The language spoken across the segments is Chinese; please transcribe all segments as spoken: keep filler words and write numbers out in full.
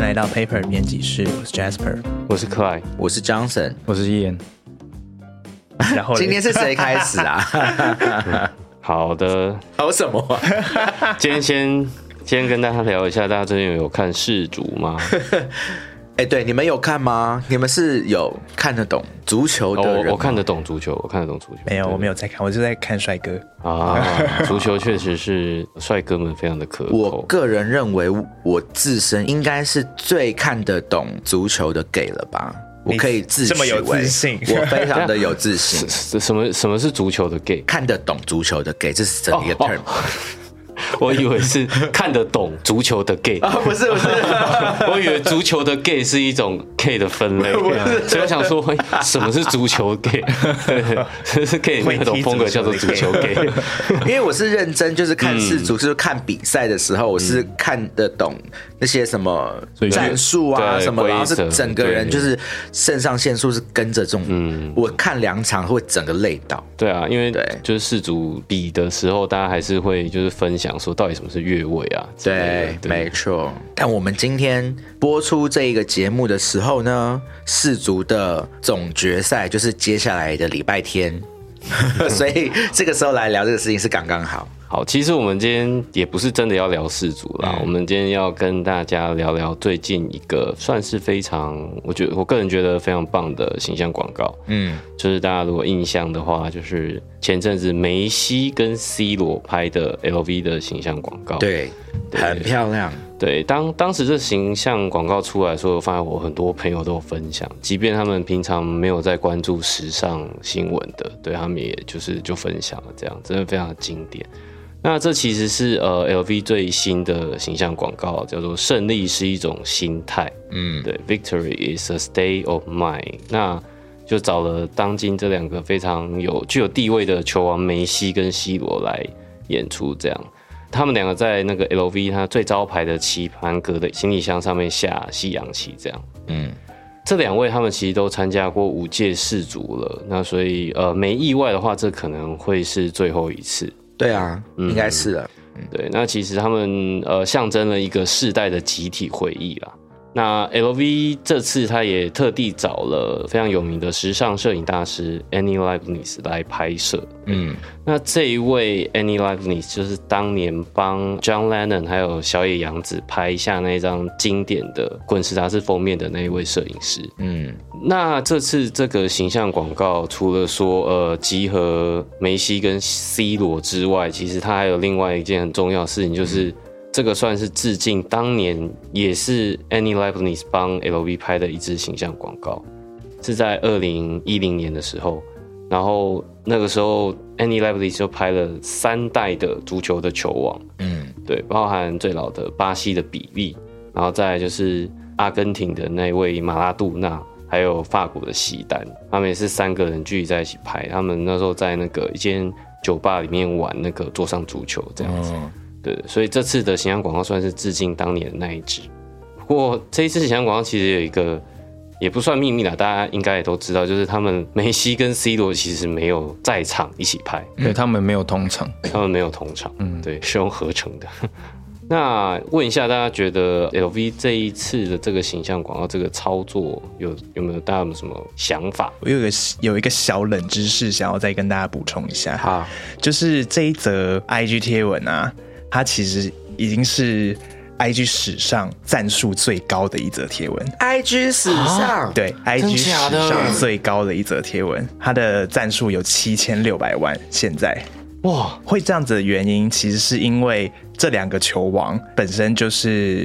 来到 Paper 编辑室，我是 Jasper， 我是 Clyde， 我是 Johnson， 我是 Ian。 然后今天是谁开始啊？ 好的， 好什么、 啊？今天先先跟大家聊一下，大家最近有看世足吗？ 哎、欸，对，你们有看吗？你们是有看得懂足球的人吗？ 哦、我, 我看得懂足球，我看得懂足球。 没有，我没有在看，我就在看帅哥啊。足球确实是帅哥们非常的可口。 我个人认为，我自身应该是最看得懂足球的 gay 了吧？我可以自诩为这么有自信， 我非常的有自信。 什么什么是足球的 gay？ 看得懂足球的 gay， 这是整一个 term。哦哦我以为是看得懂足球的 gay 啊，不是不是， 我以为足球的 gay 是一种 gay 的分类，所以我想说，什么是足球 gay？ 是 gay 那种风格叫做足球 gay。 因为我是认真，就是看世足，就是看比赛的时候，我是看得懂那些什么战术啊什么，然后是整个人就是肾上腺素是跟着这种，嗯，我看两场会整个累到。 对啊，因为就是世足比的时候，大家还是会就是分享说到底什么是越位啊？ 对，对没错。但我们今天播出这一个节目的时候呢，世足的总决赛就是接下来的礼拜天，所以这个时候来聊这个事情是刚刚好。 好，其实我们今天也不是真的要聊世足啦、嗯，我们今天要跟大家聊聊最近一个算是非常，我觉得我个人觉得非常棒的形象广告。嗯，就是大家如果印象的话，就是前阵子梅西跟 C 罗拍的 L V 的形象广告， 对，对很漂亮。 对，当当时这形象广告出来的时候，我发现我很多朋友都有分享，即便他们平常没有在关注时尚新闻的，对他们也就是就分享了，这样真的非常的经典。那这其实是呃 L V 最新的形象广告，叫做"胜利是一种心态"。嗯，对 ，Victory is a state of mind。那就找了当今这两个非常有具有地位的球王梅西跟 C 罗来演出，这样。他们两个在那个 L V 它最招牌的棋盘格的行李箱上面下西洋棋，这样。嗯，这两位他们其实都参加过五届世足了，那所以呃没意外的话，这可能会是最后一次。 对啊，嗯、应该是了。 对，那其实他们呃象征了一个世代的集体回忆啦。那 L V 这次他也特地找了非常有名的时尚摄影大师 Annie Leibovitz 来拍摄。嗯，那这一位 Annie Leibovitz 就是当年帮 John Lennon 还有小野洋子拍下那张经典的滚石杂志封面的那一位摄影师。嗯，那这次这个形象广告除了说呃集合梅西跟 C 罗之外，其实它还有另外一件很重要的事情，就是这个算是致敬当年也是 Annie Leibovitz 帮 L V 拍的一支形象广告，是在二零一零年的时候，然后那个时候 Annie Leibovitz 就拍了三代的足球的球王，嗯，对，包含最老的巴西的比利，然后再来就是阿根廷的那位马拉杜纳，还有法国的西丹，他们也是三个人聚集在一起拍，他们那时候在那个一间酒吧里面玩那个桌上足球这样子。嗯，对，所以这次的形象广告算是致敬当年的那一支。不过这一次形象广告其实有一个也不算秘密啦，大家应该也都知道，就是他们梅西跟 C 罗其实没有在场一起拍， 对，他们没有同场， 他们没有同场，嗯，对，是用合成的。那问一下大家，觉得 L V 这一次的这个形象广告这个操作有有没有大家有没有什么想法？ 我有一个有一个小冷知识想要再跟大家补充一下， 好， 就是这一则 I G 贴文啊，它其实已经是 I G 史上赞数最高的一则贴文。 I G 史上、啊、 对 I G 史上最高的一则贴文，它的赞数有七千六百万。现在哇，会这样子的原因，其实是因为这两个球王本身就是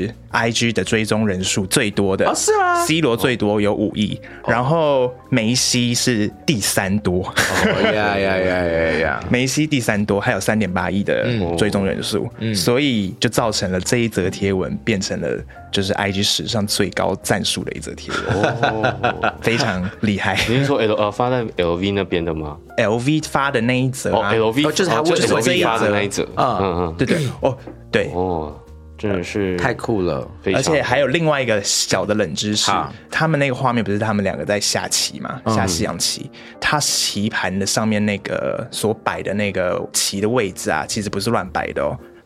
I G 的追踪人数最多的， 哦，是吗 ？C 罗最多有五亿，哦，然后梅西是第三多。 哦呀呀呀呀呀！ 梅西第三多，还有三点八亿的追踪人数，嗯，所以就造成了这一则贴文变成了就是 I G 史上最高赞数的一则贴文，哦，非常厉害。 你是说 L 呃发在 L V 那边的吗 ？L V 发的那一则啊， 哦 ，L V 哦，就是他就是 L V 发的那一则， 嗯嗯， 对对哦。对哦，真的是太酷了， 而且还有另外一个小的冷知识，他们那个画面不是他们两个在下棋嘛，下西洋棋，他棋盘的上面那个所摆的那个棋的位置啊，其实不是乱摆的哦，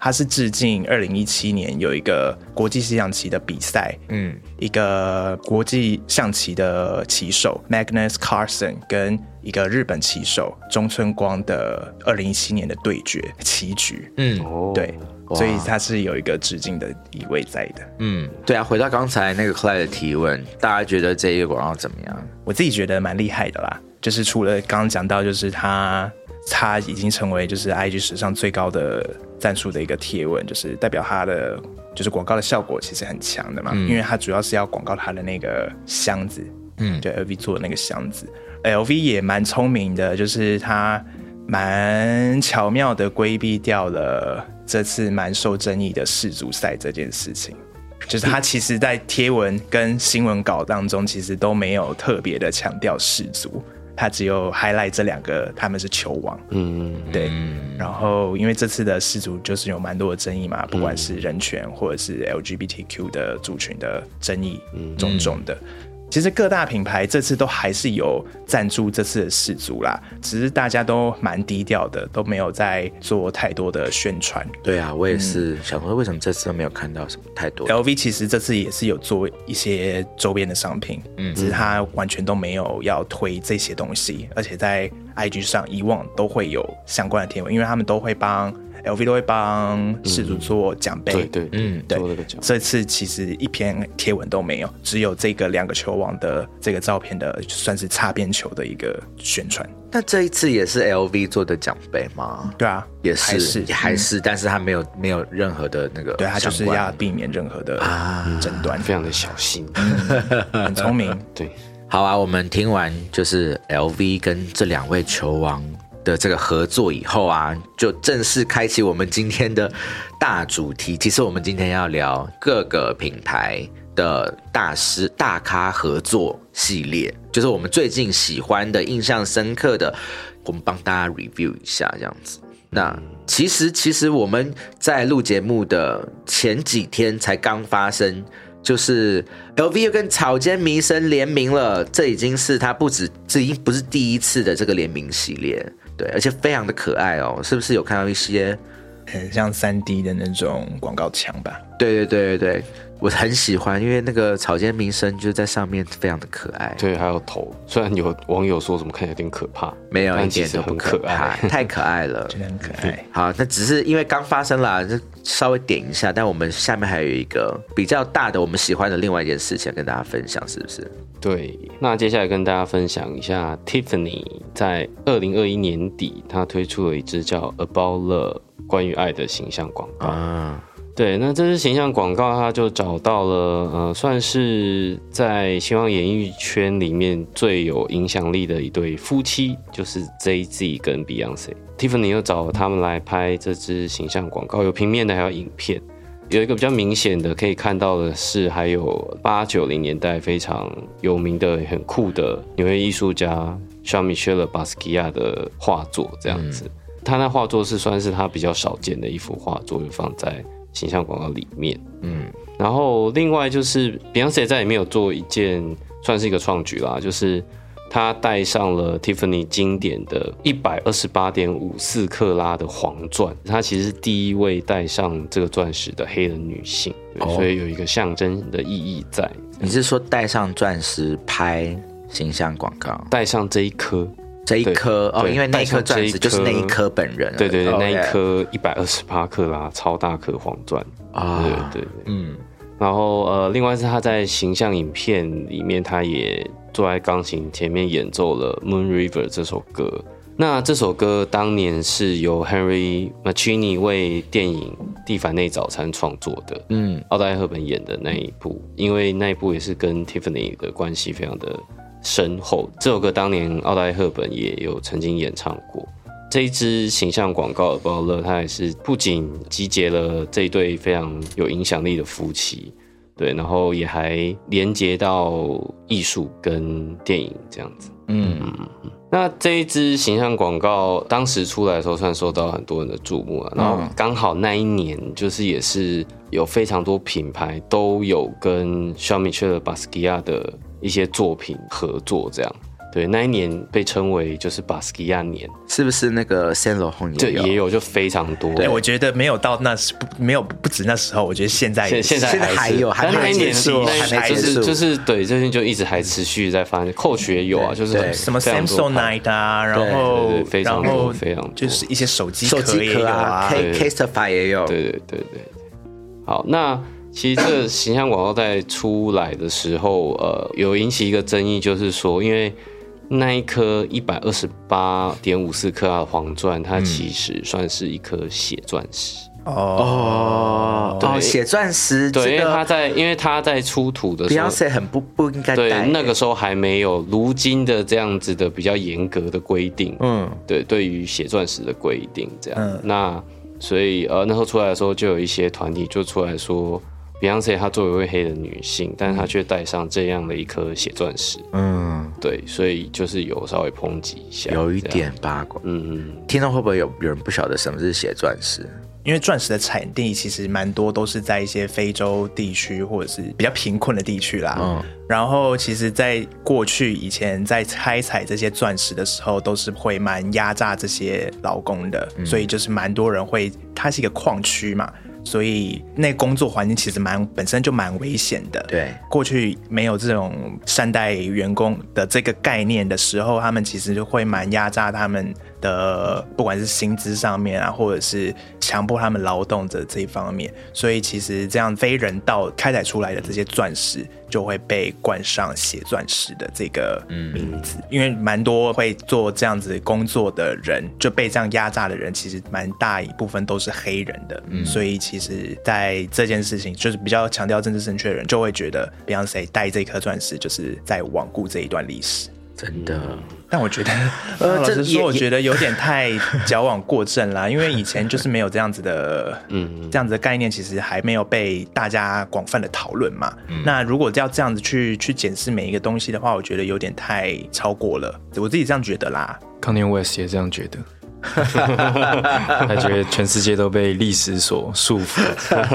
它是致敬二零一七年有一个国际象棋的比赛，嗯，一个国际象棋的棋手 Magnus Carlsen 跟一个日本棋手中村光的二零一七年的对决棋局，嗯，对，所以它是有一个致敬的意味在的。 嗯，对啊，回到刚才那个 Clay 的提问，大家觉得这一个广告怎么样？ 我自己觉得蛮厉害的啦，就是除了刚刚讲到，就是它它已经成为就是 I G 史上最高的赞数的一个贴文，就是代表它的就是广告的效果其实很强的嘛，嗯、因为它主要是要广告它的那个箱子，嗯，对 L V 做的那个箱子 ，L V 也蛮聪明的，就是它蛮巧妙的规避掉了这次蛮受争议的世足赛这件事情。就是他其实在贴文跟新闻稿当中其实都没有特别的强调世足，他只有 highlight 这两个他们是球王，嗯，对。然后因为这次的世足就是有蛮多的争议嘛，不管是人权或者是 L G B T Q 的族群的争议，种种的。其实各大品牌这次都还是有赞助这次的世足啦，只是大家都蛮低调的，都没有在做太多的宣传。 对啊，我也是、嗯、想说为什么这次都没有看到什么太多的。 L V 其实这次也是有做一些周边的商品，嗯，只是它完全都没有要推这些东西，而且在 I G 上以往都会有相关的贴文，因为他们都会帮。L V 都会帮世足做奖杯、 嗯，对对，嗯，对。 这次其实一篇贴文都没有，只有这个两个球王的这个照片的，算是擦边球的一个宣传。 那这一次也是 L V 做的奖杯吗？ 对啊， 也是，还是，也还是、嗯，但是他没有没有任何的那个， 对，他就是要避免任何的争端、啊， 非常的小心， 嗯、很聪明。 对， 好啊，我们听完就是 L V 跟这两位球王的这个合作以后啊，就正式开启我们今天的大主题。其实我们今天要聊各个品牌的大师大咖合作系列，就是我们最近喜欢的、印象深刻的，我们帮大家 review 一下这样子。那其实其实我们在录节目的前几天才刚发生，就是 L V 又跟草间弥生联名了，这已经是他不止，这已经不是第一次的这个联名系列。对，而且非常的可爱哦，是不是有看到一些很像 三 D 的那种广告墙吧？ 对对对对对，我很喜欢，因为那个草间弥生就在上面非常的可爱。 对，还有头，虽然有网友说什么看起来有点可怕， 没有，一点都不可怕，太可爱了， 真的很可爱。 好，那只是因为刚发生了，就稍微点一下，但我们下面还有一个比较大的我们喜欢的另外一件事情跟大家分享，是不是？ 对，那接下来跟大家分享一下 Tiffany 在二零二一年底，他推出了一支叫 About Love 关于爱的形象广告。啊，对，那这支形象广告，他就找到了呃，算是在希望演艺圈里面最有影响力的一对夫妻，就是 Jay Z 跟 Beyonce。Tiffany 又找他们来拍这支形象广告，有平面的，还有影片。有一个比较明显的可以看到的是，还有八九零年代非常有名的、很酷的纽约艺术家 Jean-Michel Basquiat 的画作，这样子。嗯、他那画作是算是他比较少见的一幅画作，就放在形象广告里面。嗯，然后另外就是 Beyonce 在里面有做一件算是一个创举啦，就是他戴上了 Tiffany 经典的 一百二十八点五四 克拉的黄钻，她其实是第一位戴上这个钻石的黑人女性，哦、所以有一个象征的意义在。 你是说戴上钻石拍形象广告？ 戴上这一颗， 这一颗哦，因为那一颗钻石就是那一颗本人。 对对对，哦、那一颗一百二十八克拉超大颗黄钻啊，对对对，嗯。然后呃，另外是他在形象影片里面，他也坐在钢琴前面演奏了《Moon River》这首歌。那这首歌当年是由 Henry Mancini 为电影《蒂凡内早餐》创作的，嗯，奥黛赫本演的那一部，因为那一部也是跟 Tiffany 的关系非常的深厚。这首歌当年奥黛赫本也有曾经演唱过。这一支形象广告的About Love，它也是不仅集结了这一对非常有影响力的夫妻，对，然后也还连接到艺术跟电影这样子。嗯，嗯那这一支形象广告当时出来的时候，算受到很多人的注目啊。然后刚好那一年，就是也是有非常多品牌都有跟 Jean-Michel Basquiat 的一些作品合作这样。 对，那一年被称为就是巴斯基亚年， 是不是那个 Saint Laurent 也有？就也有，就非常多。 对，我觉得没有到那时，没有不止那时候，我觉得现在现现在还有，还没结束，还没结束， 就是对，最近就一直还持续在发生。Coach 也有啊，就是什么 Samsonite 啊，然后对对非常多非常多， 就是一些手机手机壳啊 ，Casetify 也有， 对对对对。好，那。其实这个形象广告在出来的时候，呃，有引起一个争议，就是说，因为那一颗一百二十八点五四克的黄钻，它其实算是一颗血钻石。 哦，对，血钻石、这个， 对，因为它在，因为它在出土的时候 ，Beyonce 很不不应该戴， 对，那个时候还没有如今的这样子的比较严格的规定，嗯，对，对于血钻石的规定这样，嗯、那所以呃那时候出来的时候，就有一些团体就出来说。Beyonce 她作为一位黑人女性，但是她却戴上这样的一颗血钻石，嗯，对，所以就是有稍微抨击一下， 有一点八卦，嗯嗯，听众会不会有有人不晓得什么是血钻石？ 因为钻石的产地其实蛮多都是在一些非洲地区或者是比较贫困的地区啦，嗯，然后其实在过去以前在开采这些钻石的时候，都是会蛮压榨这些劳工的，嗯、所以就是蛮多人会，它是一个矿区嘛。所以那工作环境其实蛮本身就蛮危险的。 对， 过去没有这种善待员工的这个概念的时候，他们其实就会蛮压榨他们的，不管是薪资上面啊，或者是强迫他们劳动的这一方面。所以其实这样非人道开采出来的这些钻石，就会被冠上血钻石的这个名字。嗯、因为蛮多会做这样子工作的人，就被这样压榨的人，其实蛮大一部分都是黑人的。嗯、所以其实在这件事情，就是比较强调政治正确的人，就会觉得 Beyonce 戴这颗钻石就是在罔顾这一段历史。 真的， 但我觉得，呃，老实说，我觉得有点太矫枉过正啦。因为以前就是没有这样子的，嗯，这样子的概念，其实还没有被大家广泛的讨论嘛。嗯、那如果要这样子去去检视每一个东西的话，我觉得有点太超过了。我自己这样觉得啦。 Kanye West 也这样觉得。他觉得全世界都被历史所束缚。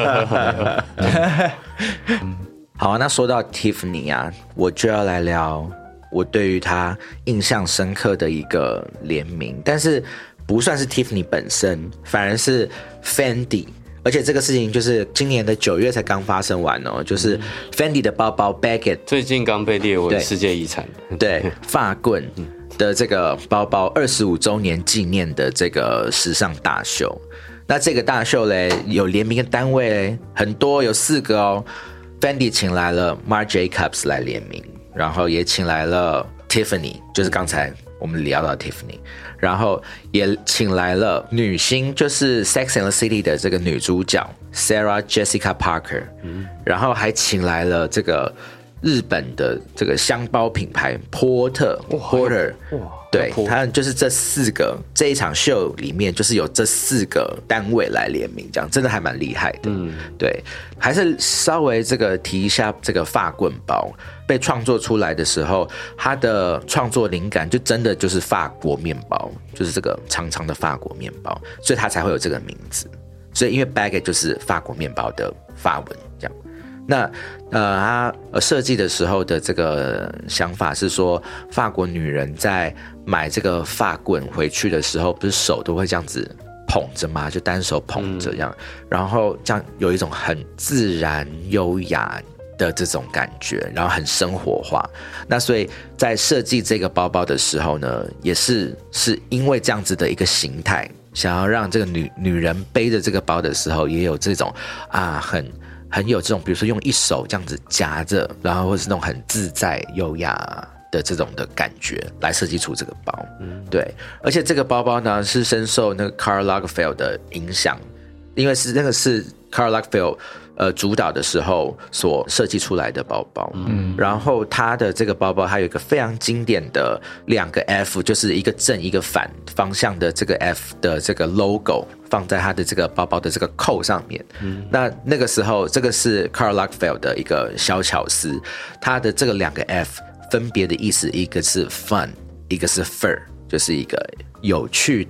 好，那说到 Tiffany 啊，我就要来聊我对于他印象深刻的一个联名，但是不算是 Tiffany 本身，反而是 Fendi。而且这个事情就是今年的九月才刚发生完哦，就是 Fendi 的包包 Baguette 最近刚被列为世界遗产， 对，法棍的这个包包二十五周年纪念的这个时尚大秀。那这个大秀嘞，有联名的单位嘞很多，有四个哦。Fendi 请来了 Marc Jacobs 来联名，然后也请来了 Tiffany， 就是刚才我们聊到的 Tiffany， 然后也请来了女星，就是 Sex and the City 的这个女主角 Sarah Jessica Parker，嗯、然后还请来了这个日本的这个香包品牌波特 Porter， 对，他就是这四个这一场秀里面，就是有这四个单位来联名，这样真的还蛮厉害的。嗯，对，还是稍微这个提一下这个法棍包被创作出来的时候，它的创作灵感就真的就是法国面包，就是这个长长的法国面包，所以它才会有这个名字。所以因为 baguette 就是法国面包的法文，这样。那呃，他设计的时候的这个想法是说，法国女人在买这个法棍回去的时候，不是手都会这样子捧着吗？就单手捧着这样，嗯、然后这样有一种很自然优雅的这种感觉，然后很生活化。那所以在设计这个包包的时候呢，也是是因为这样子的一个形态，想要让这个女女人背着这个包的时候，也有这种啊很。很有这种，比如说用一手这样子夹着，然后或是那种很自在优雅的这种的感觉来设计出这个包，嗯，对。而且这个包包呢是深受那个 Karl Lagerfeld 的影响，因为是那个是 Karl Lagerfeld 呃主导的时候所设计出来的包包，嗯，然后它的这个包包它有一个非常经典的两个 F， 就是一个正一个反方向的这个 F 的这个 logo。放在他的这个包包的这个扣上面，嗯、那那个时候，这个是 Karl Lagerfeld 的一个小巧思，他的这个两个 F 分别的意思，一个是 fun， 一个是 fur， 就是一个有趣的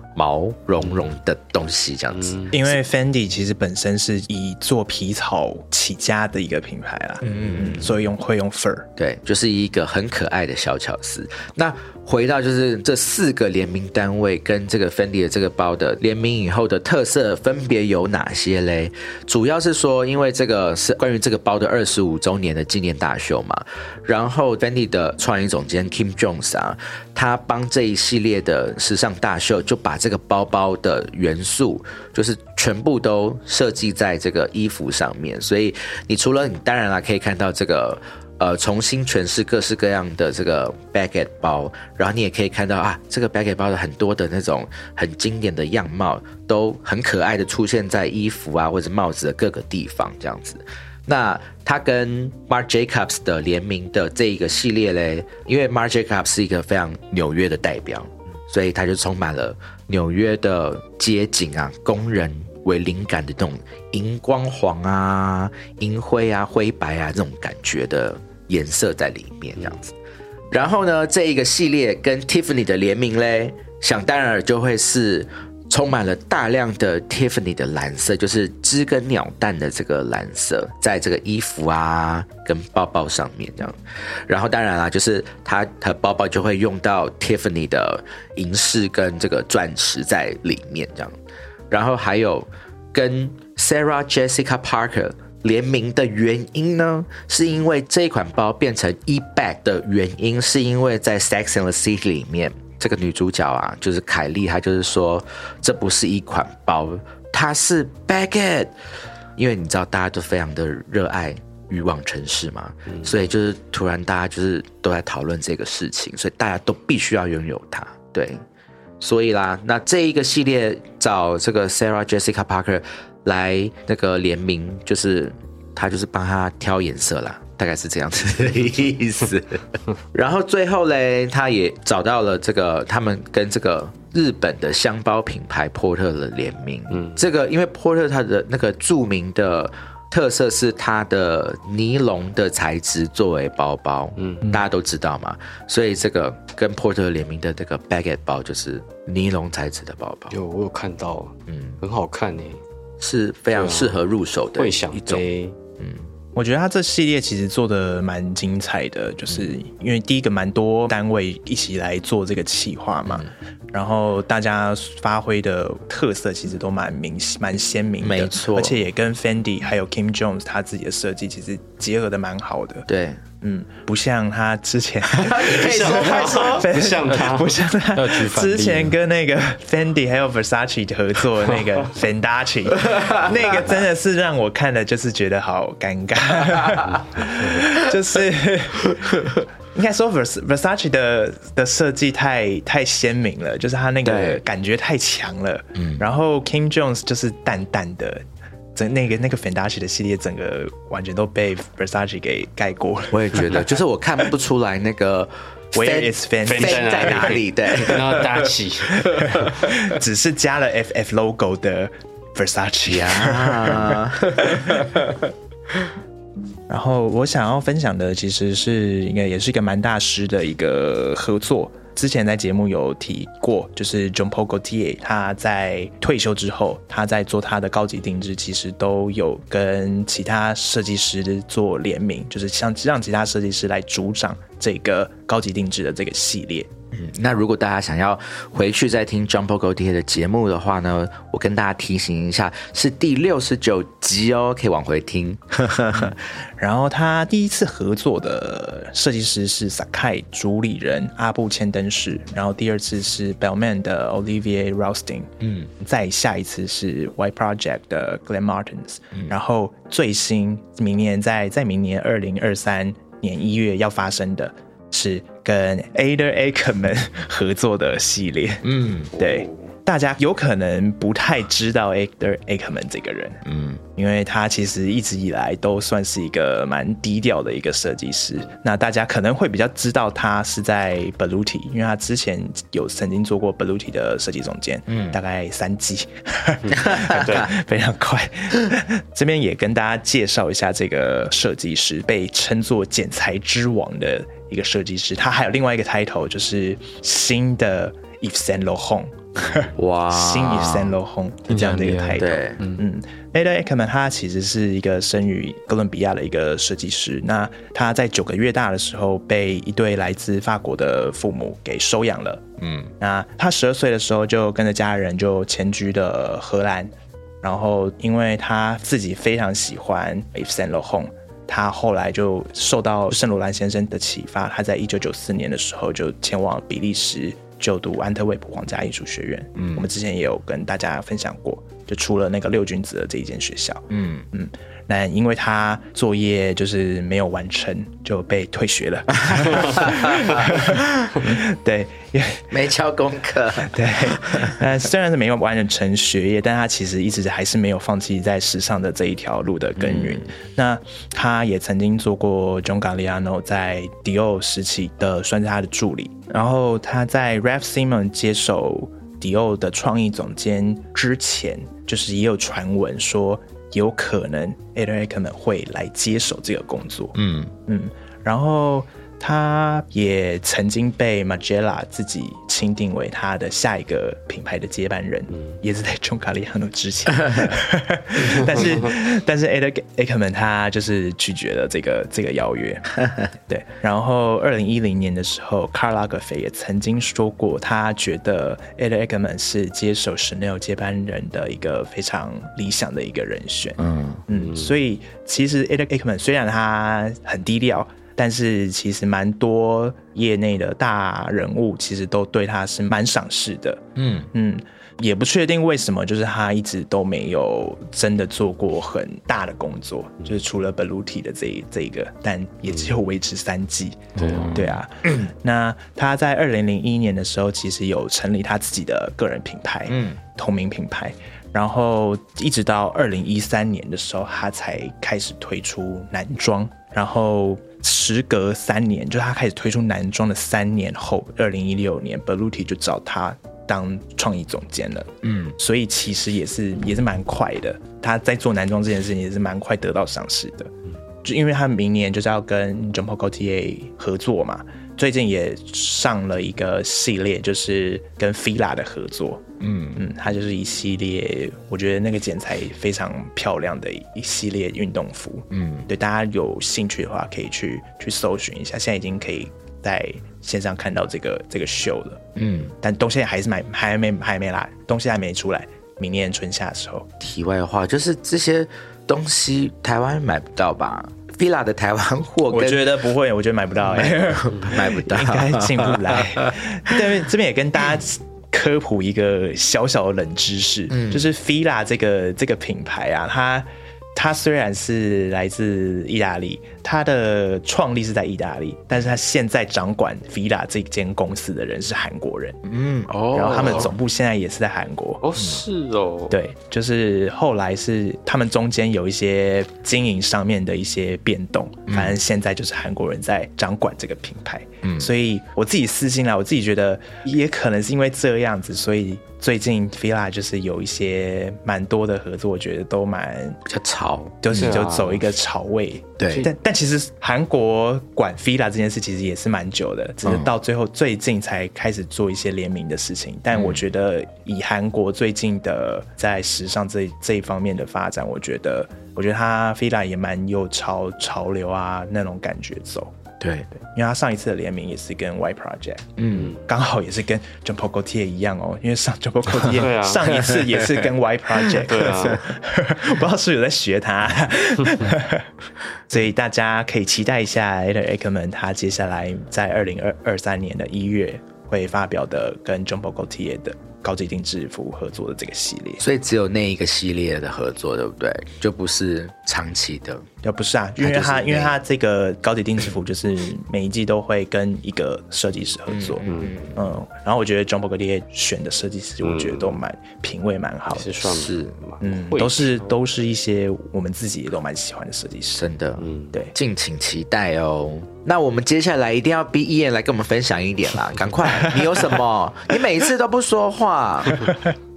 毛茸茸的东西这样子。 嗯、因为 Fendi 其实本身是以做皮草起家的一个品牌啦，嗯嗯，所以用会用 fur， 对，就是一个很可爱的小巧思。那回到就是这四个联名单位跟这个 Fendi 的这个包的联名以后的特色分别有哪些嘞？主要是说，因为这个是关于这个包的二十五周年的纪念大秀嘛，然后 Fendi 的创意总监 Kim Jones 啊，他帮这一系列的时尚大秀就把这个包包的元素就是全部都设计在这个衣服上面，所以你除了你当然啦可以看到这个呃重新诠释各式各样的这个 baguette 包，然后你也可以看到啊这个 baguette 包的很多的那种很经典的样貌都很可爱的出现在衣服啊或者帽子的各个地方这样子。那他跟 Marc Jacobs 的联名的这一个系列嘞，因为 Marc Jacobs 是一个非常纽约的代表，所以他就充满了纽约的街景啊、工人为灵感的这种荧光黄啊、银灰啊、灰白啊这种感觉的颜色在里面这样子。然后呢，这一个系列跟 Tiffany 的联名嘞，想当然就会是充满了大量的 Tiffany 的蓝色，就是知跟鸟蛋的这个蓝色，在这个衣服啊跟包包上面这样。然后当然啦，就是它它包包就会用到 Tiffany 的银饰跟这个钻石在里面这样。然后还有跟 Sarah Jessica Parker 联名的原因呢，是因为这一款包变成 e-bag 的原因，是因为在 Sex and the City 里面。这个女主角啊，就是凯莉，她就是说这不是一款包，它是 baguette， 因为你知道大家都非常的热爱欲望城市嘛、嗯，所以就是突然大家就是都在讨论这个事情，所以大家都必须要拥有它，对，所以啦，那这一个系列找这个 Sarah Jessica Parker 来那个联名，就是他就是帮他挑颜色啦。大概是这样子的意思，然后最后嘞，他也找到了这个他们跟这个日本的箱包品牌波特的联名。嗯，这个因为波特它的那个著名的特色是它的尼龙的材质作为包包，嗯，大家都知道嘛，所以这个跟波特联名的这个 baguette 包就是尼龙材质的包包。 有，我有看到，嗯，很好看耶， 是非常适合入手的一种， 会想背， 嗯。 我觉得他这系列其实做的蛮精彩的，就是因为第一个蛮多单位一起来做这个企划嘛、嗯，然后大家发挥的特色其实都蛮明蛮鲜明的， 没错， 而且也跟 Fendi 还有 Kim Jones 他自己的设计其实结合的蛮好的， 对。 嗯，不像他之前， 你可以说他说不像他， 不像他之前跟那个 Fendi 还有 Versace 合作的那个 Fendace， 那个真的是让我看了就是觉得好尴尬，就是应该说 Versace 的的设计太太鲜明了，就是他那个感觉太强了，嗯，然后 Kim Jones 就是淡淡的。那个那个 Fendace 的系列整个完全都被 Versace 给盖过了。 我也觉得，就是我看不出来那个 Where is Fen Fen 在哪里，对， 然后搭起， 只是加了 F F logo 的 Versace 呀。 然后我想要分享的其实是应该也是一个蛮大师的一个合作。之前在节目有提过，就是 Jean Paul Gaultier 他在退休之后，他在做他的高级定制，其实都有跟其他设计师做联名，就是像让其他设计师来主掌这个高级定制的这个系列。 嗯，那如果大家想要回去再听 Jean Paul Gaultier 的节目的话呢，我跟大家提醒一下，是第六十九集哦，可以往回听。 然后他第一次合作的设计师是 Sacai 主理人阿布千登士，然后第二次是 Balmain 的 Olivier Rousteing， 嗯，再下一次是 White Project 的 Glenn Martens，嗯，然后最新明年在在明年二零二三年一月要发生的是跟 Eder Ackerman 合作的系列，嗯，对，大家有可能不太知道 Eder Ackerman 这个人，嗯，因为他其实一直以来都算是一个蛮低调的一个设计师。那大家可能会比较知道他是在 Berluti， 因为他之前有曾经做过 Berluti 的设计总监，嗯，大概三季，对，非常快。这边也跟大家介绍一下这个设计师，被称作剪裁之王的一个设计师。他还有另外一个 title， 就是新的 Yves Saint Laurent 哇， 新 Yves Saint Laurent 这样的一个抬头。 对， 嗯 Adair Ackerman 他其实是一个生于哥伦比亚的一个设计师。那他在九个月大的时候被一对来自法国的父母给收养了。嗯，那他十二岁的时候就跟着家人就迁居了荷兰。然后因为他自己非常喜欢 Yves Saint Laurent，他后来就受到圣罗兰先生的启发，他在一九九四年的时候就前往比利时就读安特卫普皇家艺术学院。嗯，我们之前也有跟大家分享过，就出了那个六君子的这一间学校。嗯嗯，那因为他作业就是没有完成，就被退学了。对， 没交功课。 对，那虽然是没有完成学业，但他其实一直还是没有放弃在时尚的这一条路的耕耘。嗯、那他也曾经做过 John Galliano 在 Dior 时期的，算是他的助理。然后他在 Raf Simons 接手 Dior 的创意总监之前，就是也有传闻说有可能 Adair Ackerman 会来接手这个工作。嗯嗯，然后他也曾经被 Margiela 自己钦定为他的下一个品牌的接班人，嗯、也是在 John Galliano 之前。但是但是 Adair Ackerman 他就是拒绝了这个这个邀约。对，然后二零一零年的时候 Karl Lagerfeld 也曾经说过，他觉得 Adair Ackerman 是接手 Chanel 接班人的一个非常理想的一个人选。嗯嗯，所以其实 Adair Ackerman 虽然他很低调，但是其实蛮多业内的大人物其实都对他是蛮赏识的。嗯嗯，也不确定为什么，就是他一直都没有真的做过很大的工作，嗯、就是除了 Berluti 的这这一个，但也只有维持三季。对、嗯、对啊，嗯、那他在二零零一年的时候，其实有成立他自己的个人品牌，嗯，同名品牌。然后一直到二零一三年的时候，他才开始推出男装。然后时隔三年，就他开始推出男装的三年后，二零一六年 Berluti 就找他当创意总监了。嗯，所以其实也是也是蛮快的。他在做男装这件事情也是蛮快得到赏识的。就因为他明年就是要跟 Jean Paul Gaultier 合作嘛，最近也上了一个系列，就是跟 Fila 的合作。嗯嗯，它就是一系列，我觉得那个剪裁非常漂亮的一系列运动服。嗯，对，大家有兴趣的话可以去去搜寻一下，现在已经可以在线上看到这个这个秀了。嗯，但东西还是买还没还没来，东西还没出来，明年春夏的时候。 题外话，就是这些东西台湾买不到吧？Fila 的台湾货， 我觉得不会，我觉得买不到、欸， 买不到， 应该进不来。对，这边也跟大家科普一个小小的冷知识，嗯、就是 Fila 这个这个品牌啊，它它虽然是来自意大利，它的创立是在意大利，但是它现在掌管 Fila 这间公司的人是韩国人。嗯哦，然后他们总部现在也是在韩国。 哦，是哦。 对，就是后来是他们中间有一些经营上面的一些变动，嗯、反正现在就是韩国人在掌管这个品牌。嗯，所以我自己私心啦，我自己觉得也可能是因为这样子，所以最近 Fila 就是有一些蛮多的合作，我觉得都蛮比较潮， 就是就走一个潮味。 对， 但但其实韩国管 Fila 这件事其实也是蛮久的，只是到最后最近才开始做一些联名的事情。嗯、但我觉得以韩国最近的在时尚这这一方面的发展，我觉得我觉得他 Fila 也蛮有潮潮流啊那种感觉走。 对对，因为他上一次的联名也是跟 Y Project， 嗯，刚好也是跟 Jean Paul Gaultier 一样哦，因为上 Jean Paul Gaultier 上一次也是跟 Y Project， 对啊，我不知道是不是有在学他，所以大家可以期待一下 Adair Ackerman 他接下来在二零二三年的一月会发表的跟 Jean Paul Gaultier 的高级定制服合作的这个系列， 所以只有那一个系列的合作，对不对？就不是长期的。 要不是啊，因为他因为他这个高级定制服就是每一季都会跟一个设计师合作，嗯 嗯, 嗯，然后我觉得 Jean Paul Gaultier 选的设计师，我觉得都蛮品味蛮好的， 是算是嗯，都是都是一些我们自己也都蛮喜欢的设计师， 真的， 嗯，对， 敬请期待哦。那我们接下来一定要逼Ian来跟我们分享一点啦，赶快，你有什么？你每一次都不说话。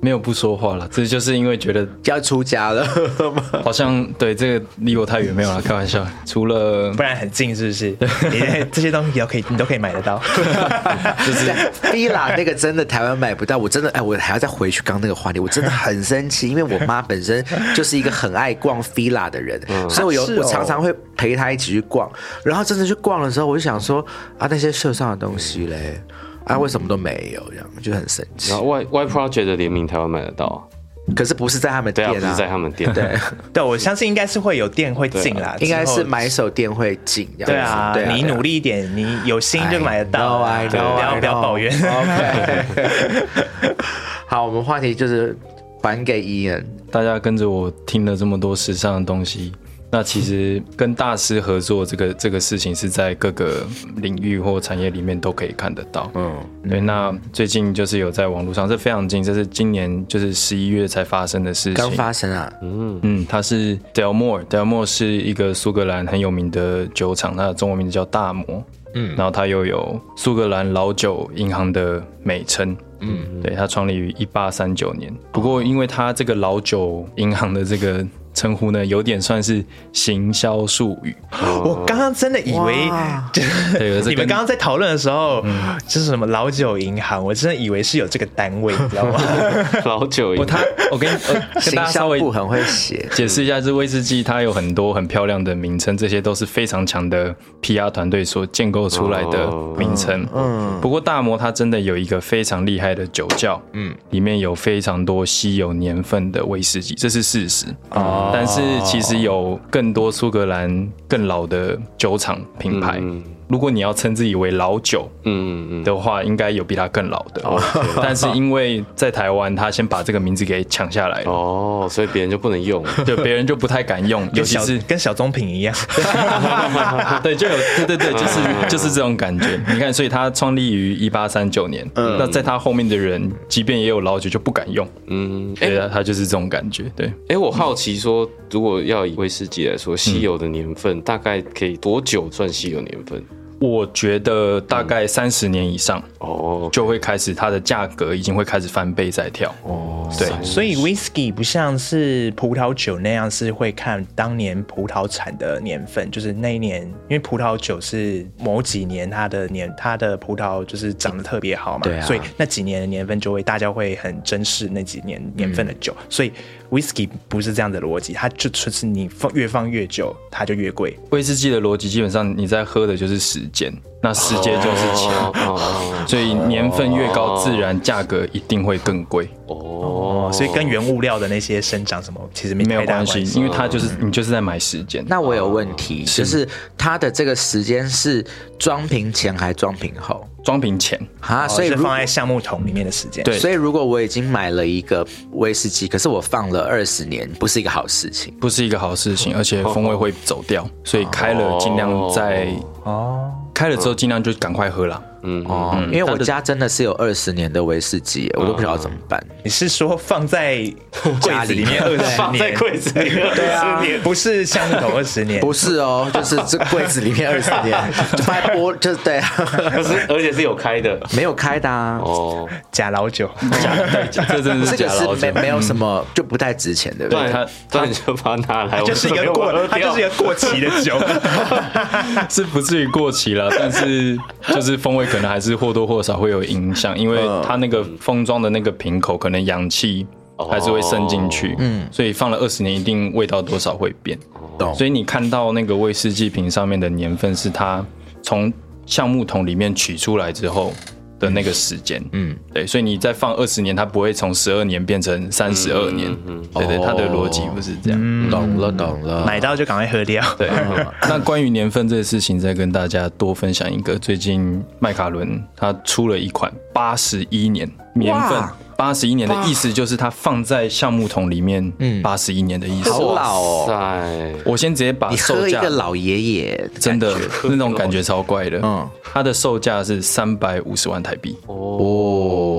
没有不说话了，这就是因为觉得要出家了， 好像对这个离我太远，没有啦，开玩笑。除了不然很近，是不是？你这些东西都可以，你都可以买得到。 就是 Fila 那个真的台湾买不到，我真的哎，我还要再回去刚那个话题，我真的很生气，因为我妈本身就是一个很爱逛 Fila 的人，嗯、所以我有、哦、我常常会陪她一起去逛，然后真的去逛的时候，我就想说啊，那些秀上的东西嘞。啊，为什么都没有？这样就很生气。 然后 Y Y Project 的联名台湾买得到， 可是不是在他们店啊， 对啊，不是在他们店。 对， 对，我相信应该是会有店会进啦， 应该是买手店会进。 对啊，对啊，你努力一点，你有心就买得到。 I know, I know, 不要不要抱怨。 OK， 好，我们话题就是还给伊恩。 大家跟着我听了这么多时尚的东西。那其实跟大师合作这个这个事情是在各个领域或产业里面都可以看得到。嗯，对。那最近就是有在网络上，这非常近，这是今年就是十一月才发生的事情。 刚发生啊？ 嗯嗯，它是 Dalmore，Dalmore 是一个苏格兰很有名的酒厂，它的中文名字叫大摩。嗯，然后它又有苏格兰老酒银行的美称。嗯，对，它创立于一八三九年。不过因为它这个老酒银行的这个称呼呢，有点算是行销术语。 我刚刚真的以为，你们刚刚在讨论的时候，嗯、就是什么老酒银行，我真的以为是有这个单位，你知道吗？ 老酒银行， 我跟我跟大家稍微很会写解释一下，这威士忌它有很多很漂亮的名称，这些都是非常强的 P R 团队所建构出来的名称。嗯，不过大摩它真的有一个非常厉害的酒窖，嗯，里面有非常多稀有年份的威士忌，这是事实。哦。但是其实有更多苏格兰更老的酒厂品牌，嗯、如果你要称自己为老酒的话，应该有比它更老的。哦、但是因为在台湾，他先把这个名字给抢下来了， 哦，所以别人就不能用， 对，别人就不太敢用，尤其是跟小棕瓶一样， 对，就有对对对，就是就是这种感觉。你看，所以他创立于一八三九年，嗯、那在他后面的人，即便也有老酒，就不敢用，嗯，对啊，他就是这种感觉。对， 哎，我好奇说。如果要以威士忌来说，稀有的年份、嗯、大概可以多久算稀有年份？ 我觉得大概三十年以上哦，就会开始它的价格已经会开始翻倍在跳哦。对， 所以 whisky 不像是葡萄酒那样是会看当年葡萄产的年份，就是那一年，因为葡萄酒是某几年它的年它的葡萄就是长得特别好嘛，对啊，所以那几年的年份就会大家会很珍视那几年年份的酒，嗯、所以 whisky 不是这样的逻辑，它就就是你放越放越久，它就越贵。 威士忌的逻辑基本上你在喝的就是时间。那时间就是钱，哦、所以年份越高，自然价格一定会更贵。 哦，所以跟原物料的那些生长什么其实没没有关系，因为它就是你就是在买时间。 那我有问题，就是它的这个时间是装瓶前还装瓶后？ 装瓶前啊，所以是放在橡木桶里面的时间。 对，所以如果我已经买了一个威士忌，可是我放了二十年，不是一个好事情， 不是一个好事情，而且风味会走掉，所以开了尽量在哦。开了之后尽量就赶快喝啦。 嗯哦，因为我家真的是有二十年的威士忌，我都不知道怎么办。 你是说放在柜子里面二十年？ 放在柜子里面二十年， 不是橡木桶二十年？ 不是哦，就是这柜子里面二十年，就放在玻，就是对， 而且是有开的， 没有开的啊。 哦，假老酒， 假对，这真的是假老酒， 没没有什么就不太值钱，对不对？ 他他就把它拿来， 它就是一个过，它就是一个过期的酒， 是不至于过期了，但是就是风味可能还是或多或少会有影响，因为它那个封装的那个瓶口可能氧气还是会渗进去，嗯，所以放了二十年，一定味道多少会变。所以你看到那个威士忌瓶上面的年份是它从橡木桶里面取出来之后的那个时间，嗯，对，所以你再放二十年，它不会从十二年变成三十二年，嗯、对对，它的逻辑不是这样。 嗯、懂了懂了， 买到就赶快喝掉。 对，那关于年份这个事情，再跟大家多分享一个，最近麦卡伦他出了一款八十一年年份。八十一年的意思就是它放在橡木桶里面，八十一年的意思。 好老哦！ 我先直接把售价， 你喝一个老爷爷， 真的那种感觉超怪的。嗯，它的售价是三百五十万台币。哦，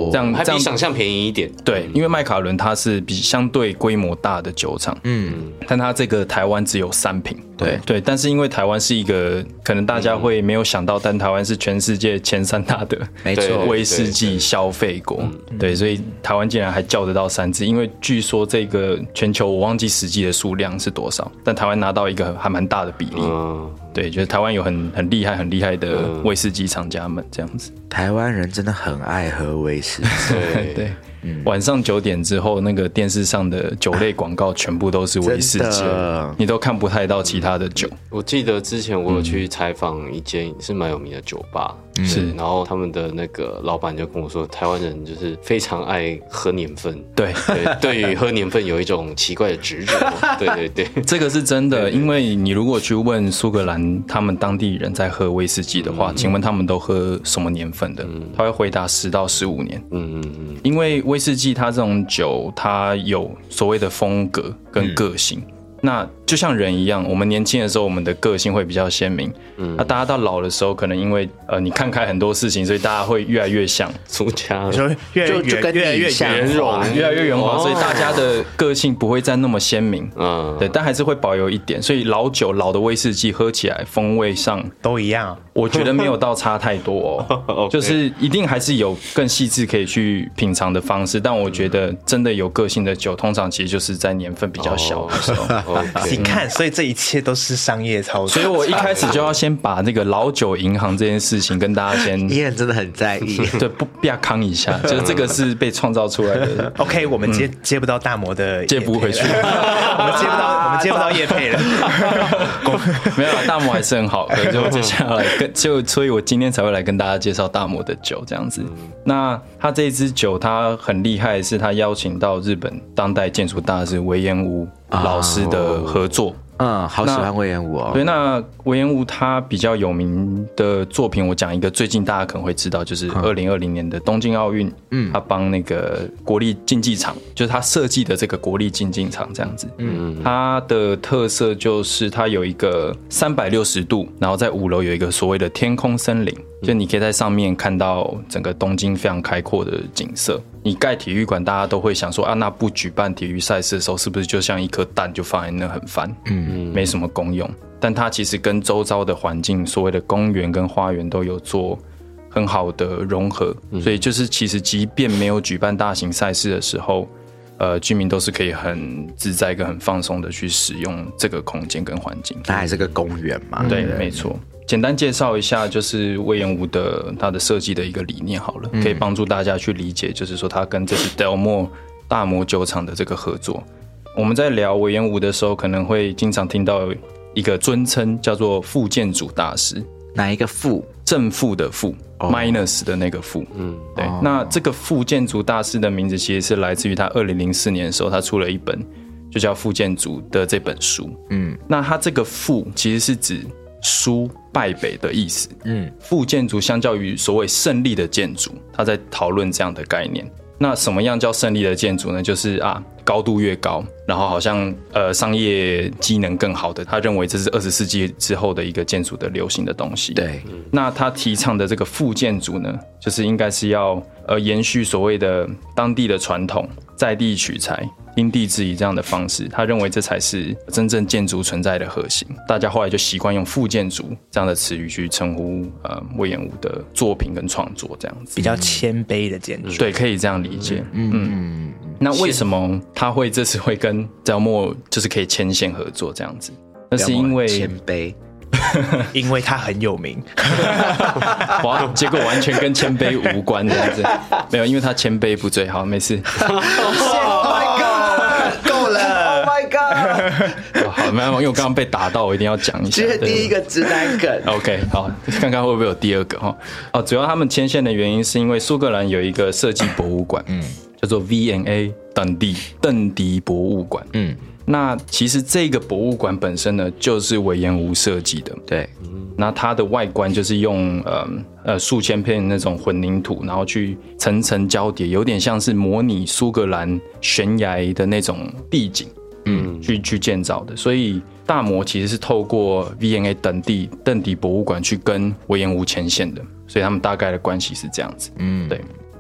哦，这样还比想象便宜一点。 对，因为麦卡伦它是比相对规模大的酒厂，嗯，但它这个台湾只有三瓶。对对，但是因为台湾是一个可能大家会没有想到，但台湾是全世界前三大的没错威士忌消费国，对，所以台湾竟然还叫得到三支，因为据说这个全球我忘记实际的数量是多少，但台湾拿到一个还蛮大的比例。嗯，对，就是台湾有很很厉害很厉害的威士忌厂家们这样子。 台湾人真的很爱喝威士忌， 对对。嗯、晚上九点之后，那个电视上的酒类广告全部都是威士忌，你都看不太到其他的酒。 我记得之前我有去采访一间是蛮有名的酒吧，嗯、是，然后他们的那个老板就跟我说，台湾人就是非常爱喝年份， 对对，对于喝年份有一种奇怪的执着，对对对， 这个是真的，因为你如果去问苏格兰他们当地人在喝威士忌的话，嗯、请问他们都喝什么年份的？嗯、他会回答十到十五年，嗯嗯嗯，因为威士忌它这种酒，它有所谓的风格跟个性。嗯、那就像人一样，我们年轻的时候，我们的个性会比较鲜明。嗯，那大家到老的时候，可能因为呃你看开很多事情，所以大家会越来越像出家， 越就就跟越来越圆融， 越来越圆滑，所以大家的个性不会再那么鲜明。嗯，对，但还是会保有一点。所以老酒、老的威士忌喝起来风味上都一样， 我觉得没有到差太多哦。就是一定还是有更细致可以去品尝的方式，但我觉得真的有个性的酒，通常其实就是在年份比较小的时候。 你看，所以这一切都是商业操作。 所以我一开始就要先把那个老酒银行这件事情跟大家先， 伊人真的很在意， 对，不不要扛一下，就是这个是被创造出来的。 OK， 我们接、嗯、接不到大摩的， 接不回去， 我们接不到，我们接不到业配了。 没有啦，大摩还是很好的，就接下来跟就，所以我今天才会来跟大家介绍大摩的酒这样子。嗯、那他这一支酒，他很厉害的是，他邀请到日本当代建筑大师隈研吾老师的合作。 嗯，好喜欢隈研吾哦。 对，那隈研吾他比较有名的作品，我讲一个最近大家可能会知道，就是二零二零年的东京奥运，嗯，他帮那个国立竞技场，就是他设计的这个国立竞技场这样子。嗯，它的特色就是它有一个三百六十度，然后在五楼有一个所谓的天空森林。就你可以在上面看到整个东京非常开阔的景色。你盖体育馆，大家都会想说啊，那不举办体育赛事的时候，是不是就像一颗蛋就放在那很烦，嗯，没什么功用。但它其实跟周遭的环境，所谓的公园跟花园都有做很好的融合，嗯、所以就是其实即便没有举办大型赛事的时候，呃，居民都是可以很自在跟很放松的去使用这个空间跟环境。 它还是个公园嘛？ 对，没错。简单介绍一下，就是隈研吾的他的设计的一个理念好了，可以帮助大家去理解，就是说他跟这是 Delmore 大摩酒厂的这个合作。我们在聊隈研吾的时候，可能会经常听到一个尊称叫做副建筑大师。 哪一个副？ 正负的负、oh. ，minus 的那个负。嗯，对。Oh. 那这个副建筑大师的名字其实是来自于他二零零四年的时候，他出了一本就叫《副建筑》的这本书。嗯，那他这个副其实是指输败北的意思。嗯，副建筑相较于所谓胜利的建筑，他在讨论这样的概念。那什么样叫胜利的建筑呢？就是啊，高度越高，然后好像呃商业机能更好的，他认为这是二十世纪之后的一个建筑的流行的东西。 对， 那他提倡的这个副建筑呢，就是应该是要呃延续所谓的当地的传统，在地取材。因地制宜这样的方式，他认为这才是真正建筑存在的核心。大家后来就习惯用副建筑这样的词语去称呼呃隈研吾的作品跟创作，这样子比较谦卑的建筑。 对，可以这样理解。嗯嗯嗯。那为什么他会这次会跟 Delmore 就是可以牵线合作这样子？那是因为谦卑。 因为他很有名， 哇！结果完全跟谦卑无关这样子，没有，因为他谦卑不最好，没事。 Oh my god！ 够了 ！Oh my god！ 好，没有，因为我刚刚被打到，我一定要讲一下。 这是第一个直男梗。 OK， 好，看看会不会有第二个哈？哦，主要他们牵线的原因是因为苏格兰有一个设计博物馆，嗯，叫做 V and A 邓迪邓迪博物馆，嗯。那其实这个博物馆本身呢，就是隈研吾设计的。 对， 那它的外观就是用呃呃数千片那种混凝土，然后去层层交叠，有点像是模拟苏格兰悬崖的那种地景，嗯，去去建造的。所以大摩其实是透过 V and A 等地邓迪博物馆去跟隈研吾牵线的，所以他们大概的关系是这样子。嗯，对。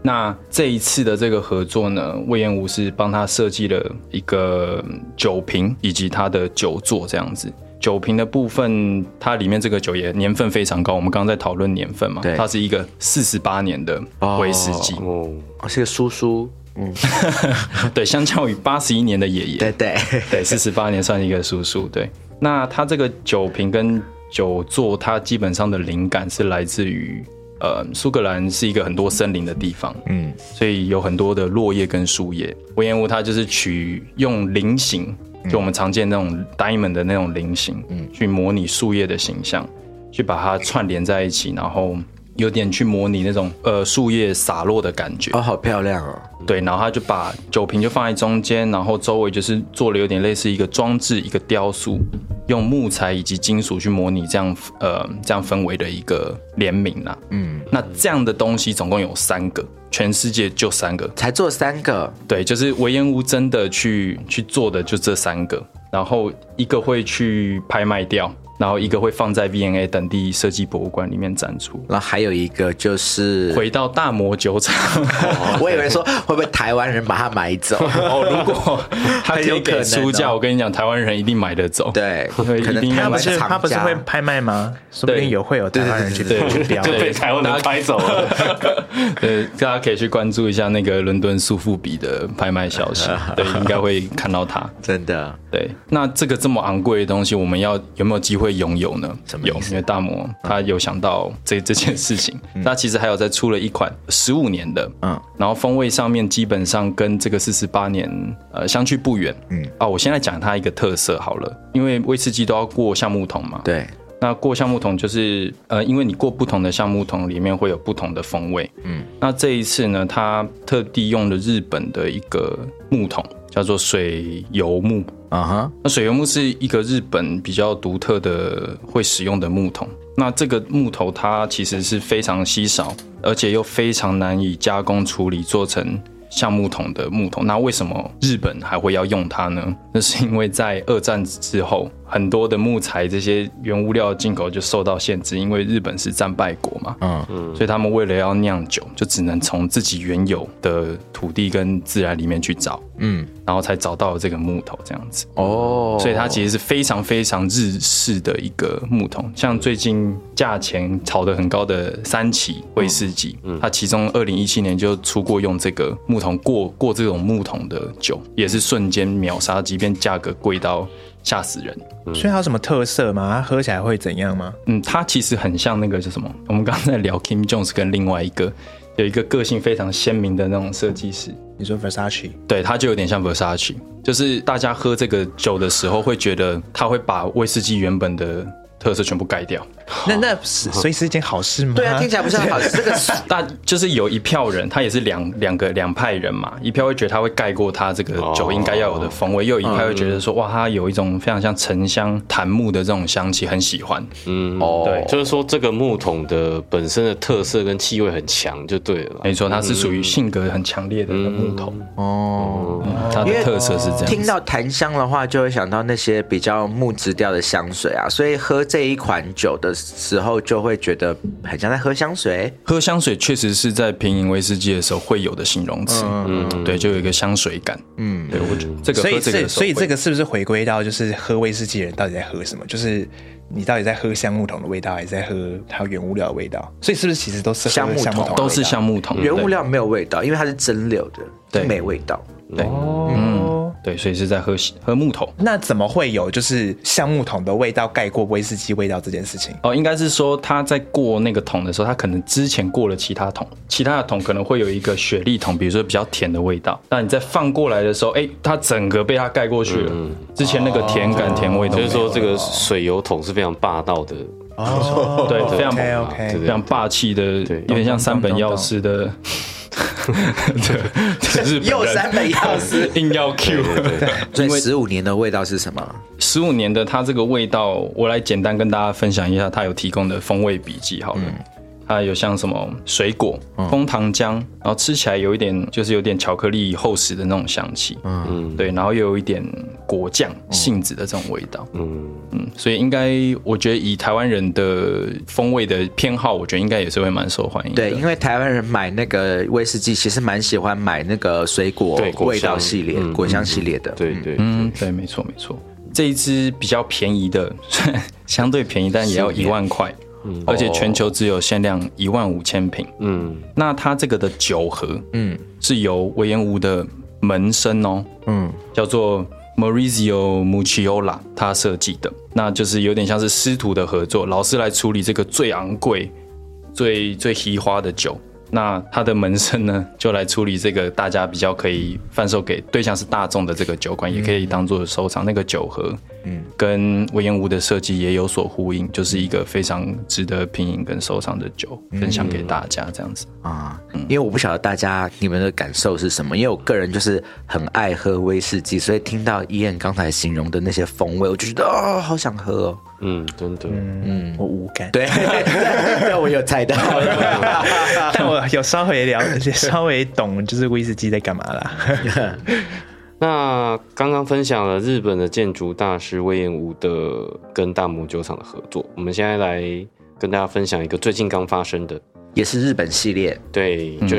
那这一次的这个合作呢，隈研吾是帮他设计了一个酒瓶以及他的酒座这样子。酒瓶的部分，它里面这个酒也年份非常高，我们刚刚在讨论年份嘛，它是一个四十八年的威士忌， 哦，哦是个叔叔，嗯， 对，相较于八十一年的爷爷， 对对对，四十八年算一个叔叔，对。那它这个酒瓶跟酒座，它基本上的灵感是来自于，呃，苏格兰是一个很多森林的地方，嗯，所以有很多的落叶跟树叶。隈研吾它就是取用菱形。就我们常见那种 diamond 的那种菱形，嗯，去模拟树叶的形象，去把它串联在一起，然后有点去模拟那种呃树叶洒落的感觉。 哦，好漂亮哦！ 对，然后他就把酒瓶就放在中间，然后周围就是做了有点类似一个装置、一个雕塑，用木材以及金属去模拟这样呃这样氛围的一个联名啦。嗯，那这样的东西总共有三个。全世界就三个， 才做三个， 对，就是隈研吾真的去去做的就这三个，然后一个会去拍卖掉，然后一个会放在 V N A 等地设计博物馆里面展出， 然后还有一个就是回到大摩酒厂。 哦、我以为说会不会台湾人把它买走？ 哦，如果他可以给出价，哦、我跟你讲，台湾人一定买得走。 对， 可能他不是他不是会拍卖吗？说不定有会有台湾人去去标， 就被台湾人拍走了。 对，大家可以去关注一下那个伦敦苏富比的拍卖消息，对，应该会看到它。 真的， 对。那这个这么昂贵的东西，我们要有没有机会拥有呢？有，因为大摩他有想到这这件事情。那、嗯、其实还有再出了一款十五年的，嗯，然后风味上面基本上跟这个四十八年呃相去不远。嗯，啊，我现在讲它一个特色好了，因为威士忌都要过橡木桶嘛。 对。 那过橡木桶就是呃，因为你过不同的橡木桶里面会有不同的风味。嗯，那这一次呢，它特地用了日本的一个木桶，叫做水油木。啊哈，那水油木是一个日本比较独特的会使用的木桶。那这个木头它其实是非常稀少，而且又非常难以加工处理做成橡木桶的木桶。那为什么日本还会要用它呢？那是因为在二战之后，很多的木材这些原物料进口就受到限制，因为日本是战败国嘛，嗯嗯，所以他们为了要酿酒，就只能从自己原有的土地跟自然里面去找，嗯，然后才找到了这个木头这样子。哦，所以它其实是非常非常日式的一个木桶。像最近价钱炒得很高的三旗威士忌，嗯，它其中二零一七年就出过用这个木桶过过这种木桶的酒，也是瞬间秒杀，即便价格贵到吓死人。 所以它有什么特色吗？它喝起来会怎样吗？ 嗯，它其实很像那个叫什么？我们刚才聊 Kim Jones 跟另外一个有一个个性非常鲜明的那种设计师。 你说 Versace？ 对，它就有点像 Versace， 就是大家喝这个酒的时候会觉得它会把威士忌原本的特色全部盖掉。 那那所以是一件好事吗？ 对啊，听起来不像好事。这个大就是有一票人，他也是两两个两派人嘛，一票会觉得他会盖过他这个酒应该要有的风味，又有一派会觉得说，哇，它有一种非常像沉香檀木的这种香气，很喜欢。 嗯，哦，对，就是说这个木桶的本身的特色跟气味很强，就对了。 没错，它是属于性格很强烈的木桶。哦、嗯，它的特色是这样。 听到檀香的话，就会想到那些比较木质调的香水啊，所以喝这一款酒的时候就会觉得很像在喝香水。 喝香水确实是在品饮威士忌的时候会有的形容词，嗯，对，就有一个香水感，嗯，对，我觉得这个喝这个的时候会， 所以这个是不是回归到就是喝威士忌的人到底在喝什么？就是你到底在喝橡木桶的味道，还是在喝它原物料的味道？所以是不是其实都是橡木桶， 都是橡木桶， 原物料没有味道，因为它是蒸馏的，对，没味道。 对，嗯，对，所以是在喝喝木头。 那怎么会有就是橡木桶的味道盖过威士忌味道这件事情？ 哦，应该是说他在过那个桶的时候，他可能之前过了其他桶，其他的桶可能会有一个雪莉桶，比如说比较甜的味道。那你再放过来的时候，哎，它整个被它盖过去了。嗯、之前那个甜感、甜味都没有。 就是说，这个水油桶是非常霸道的。 哦， 对，非常 okay, okay. 非常霸气的，有点像山本耀司的。 对，又山本耀司硬要 Q， 所以十五年的味道是什么？ 十五年的它这个味道，我来简单跟大家分享一下，它有提供的风味笔记好了。嗯、 它有像什么水果、枫糖浆，然后吃起来有一点就是有点巧克力厚实的那种香气，嗯，对，然后又有一点果酱、杏子的这种味道，嗯嗯，所以应该我觉得以台湾人的风味的偏好，我觉得应该也是会蛮受欢迎的。 对，因为台湾人买那个威士忌，其实蛮喜欢买那个水果味道系列、果香系列的。 对对， 嗯，对，没错没错。这一支比较便宜的，相对便宜，但也要一万块。嗯、而且全球只有限量一万五千瓶。嗯，那它这个的酒盒，嗯，是由维延吾的门生哦，嗯，叫做 Maurizio Mucciola 他设计的，那就是有点像是师徒的合作，老师来处理这个最昂贵、最最稀花的酒。那他的门生呢，就来处理这个大家比较可以贩售给对象是大众的这个酒馆，嗯、也可以当做收藏。那个酒盒，嗯，跟维延吾的设计也有所呼应，就是一个非常值得品饮跟收藏的酒，嗯、分享给大家这样子啊。嗯、因为我不晓得大家你们的感受是什么，因为我个人就是很爱喝威士忌，所以听到伊恩刚才形容的那些风味，我就觉得哦，好想喝哦。 嗯，真的， 嗯，我无感。 对，但我有猜到， 但我有稍微了解，稍微懂，就是威士忌在干嘛啦。 那刚刚分享了日本的建筑大师维延吾的跟大摩酒厂的合作，我们现在来跟大家分享一个最近刚发生的， 也是日本系列。 对，就是。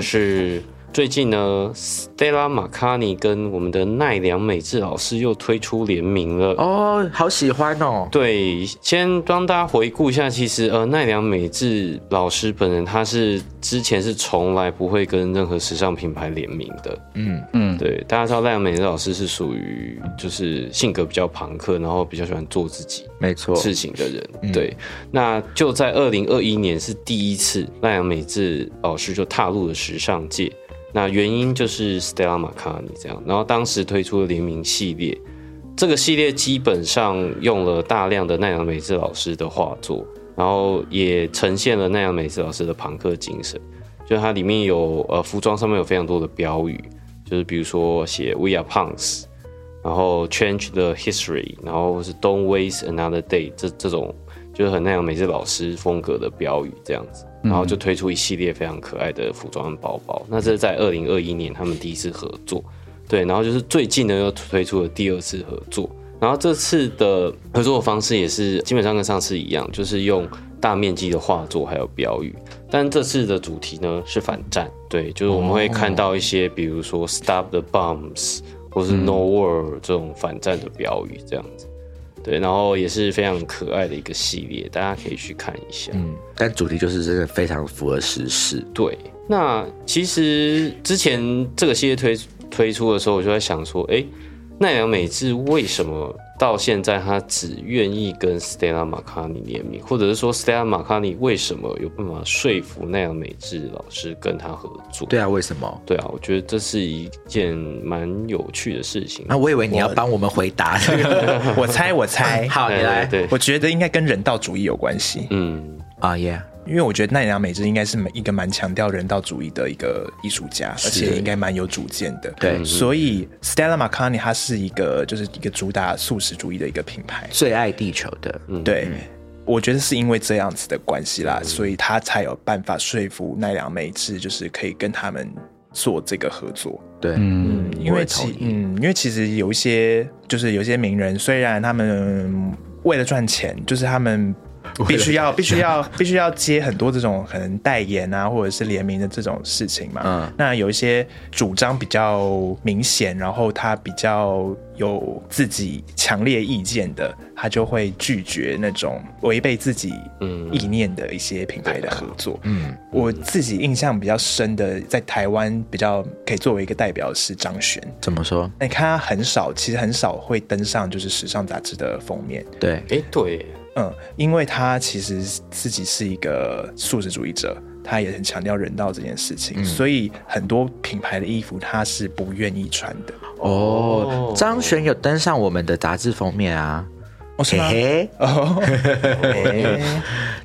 嗯最近呢 ，Stella McCartney 跟我们的奈良美智老师又推出联名了哦，好喜欢哦。 对，先帮大家回顾一下，其实呃，奈良美智老师本人他是之前是从来不会跟任何时尚品牌联名的。嗯嗯，对，大家知道奈良美智老师是属于就是性格比较朋克，然后比较喜欢做自己没错事情的人。嗯、对，那就在二零二一年是第一次奈良美智老师就踏入了时尚界。那原因就是 Stella McCartney 这样，然后当时推出了联名系列，这个系列基本上用了大量的奈良美智老师的画作，然后也呈现了奈良美智老师的朋克精神，就是它里面有呃服装上面有非常多的标语，就是比如说写 We are punks， 然后 Change the history， 然后是 Don't waste another day 这这种就是很奈良美智老师风格的标语这样子。然后就推出一系列非常可爱的服装和包包，那这是在二零二一年他们第一次合作，对，然后就是最近呢又推出了第二次合作，然后这次的合作的方式也是基本上跟上次一样，就是用大面积的画作还有标语，但这次的主题呢是反战，对，就是我们会看到一些比如说 Stop the bombs 或是 No war 这种反战的标语这样子。对，然后也是非常可爱的一个系列，大家可以去看一下。嗯， 但主题就是真的非常符合时事。 对，那其实之前这个系列推推出的时候，我就在想说，哎，奈良美智为什么到现在他只愿意跟 Stella McCartney 联名，或者是说 Stella McCartney 为什么有办法说服奈良美智老师跟他合作？ 对啊，为什么？ 对啊，我觉得这是一件蛮有趣的事情。 那、啊、我以为你要帮我们回答。 我猜，我猜。 好，你来。 对， 我觉得应该跟人道主义有关系。 嗯，啊耶。 因为我觉得奈良美智应该是一个蛮强调人道主义的一个艺术家，而且应该蛮有主见的。 对， 所以 Stella McCartney 它是一个就是一个主打素食主义的一个品牌， 最爱地球的。 嗯、对、嗯，我觉得是因为这样子的关系啦、嗯，所以他才有办法说服奈良美智，就是可以跟他们做这个合作。 对，嗯， 因为其嗯，因为其实有一些就是有一些名人，虽然他们为了赚钱，就是他们。必须要必须要必须要接很多这种可能代言啊，或者是联名的这种事情嘛。嗯，那有一些主张比较明显，然后他比较有自己强烈意见的，他就会拒绝那种违背自己意念的一些品牌的合作。嗯，我自己印象比较深的，在台湾比较可以作为一个代表是张悬。 怎么说？ 你看他很少，其实很少会登上就是时尚杂志的封面。 对， 哎，对。 嗯，因为他其实自己是一个素食主义者，他也很强调人道这件事情、嗯，所以很多品牌的衣服他是不愿意穿的。 哦，张悬有登上我们的杂志封面啊。 哦，是吗？ 嘿嘿哦，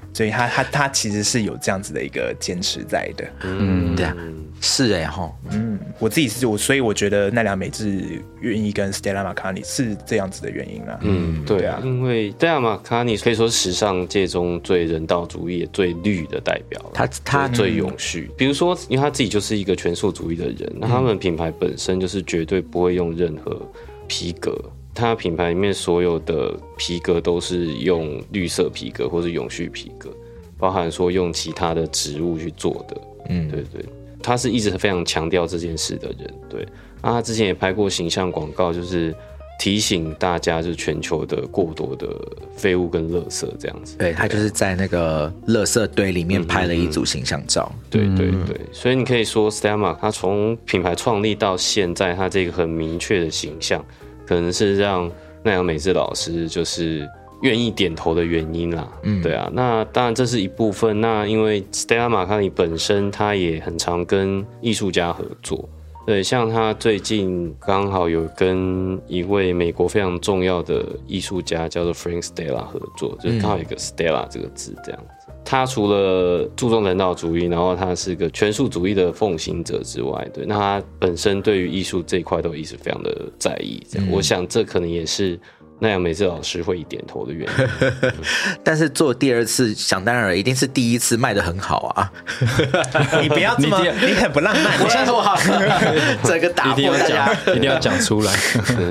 所以他他他其实是有这样子的一个坚持在的。 嗯，对啊，是哎哈， 嗯，我自己是我，所以我觉得奈良美智愿意跟 Stella McCartney 是这样子的原因啦。 嗯，对啊，因为 Stella McCartney 可以说是时尚界中最人道主义、最绿的代表了， 他他最永续。比如说，因为他自己就是一个全素主义的人，那他们品牌本身就是绝对不会用任何皮革。它品牌里面所有的皮革都是用绿色皮革或是永续皮革，包含说用其他的植物去做的。嗯，对对，他是一直非常强调这件事的人。对，那他之前也拍过形象广告，就是提醒大家，就是全球的过多的废物跟垃圾这样子。 对，他就是在那个垃圾堆里面拍了一组形象照。 嗯、对对对，所以你可以说 Stella 他从品牌创立到现在，他这个很明确的形象。可能是让奈良美智老师就是愿意点头的原因啦，嗯，对啊，那当然这是一部分。那因为 Stella McCartney 本身他也很常跟艺术家合作，对，像他最近刚好有跟一位美国非常重要的艺术家叫做 Frank Stella 合作，就是刚好有一个 Stella 这个字这样子。他除了注重人道主义，然后他是个全素主义的奉行者之外，对，那他本身对于艺术这一块都一直非常的在意。这样，嗯、我想这可能也是奈良美智老师会点头的原因。嗯、 但是做第二次，想当然一定是第一次卖得很好啊！ 你不要这么，你, 你很不浪漫。 我现在说好，整个打破大家， 一定要讲出来。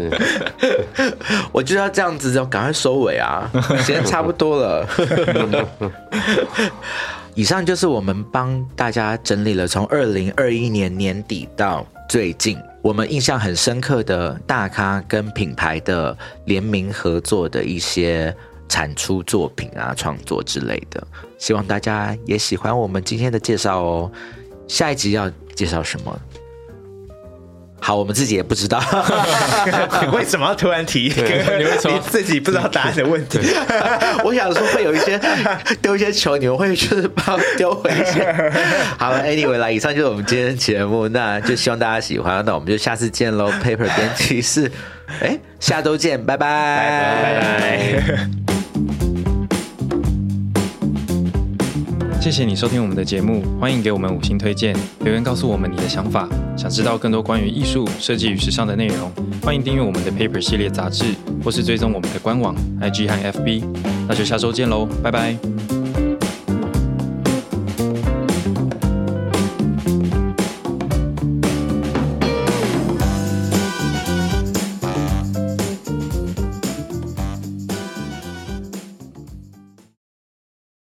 我就要这样子，赶快收尾啊！时间差不多了。以上就是我们帮大家整理了从二零二一年年底到最近我们印象很深刻的大咖跟品牌的联名合作的一些产出作品啊、创作之类的，希望大家也喜欢我们今天的介绍哦。下一集要介绍什么？好，我们自己也不知道为什么要突然提一个你为什么自己不知道答案的问题。 我想说会有一些丢一些球，你们会就是帮我丢回去。好了 ，anyway 啦，以上就是我们今天的节目，那就希望大家喜欢，那我们就下次见喽。Paper 编辑室，哎，下周见，拜拜， 拜拜。 谢谢你收听我们的节目，欢迎给我们五星推荐，留言告诉我们你的想法。想知道更多关于艺术、设计与时尚的内容，欢迎订阅我们的 Paper 系列杂志，或是追踪我们的官网、I G 和 F B。那就下周见喽，拜拜。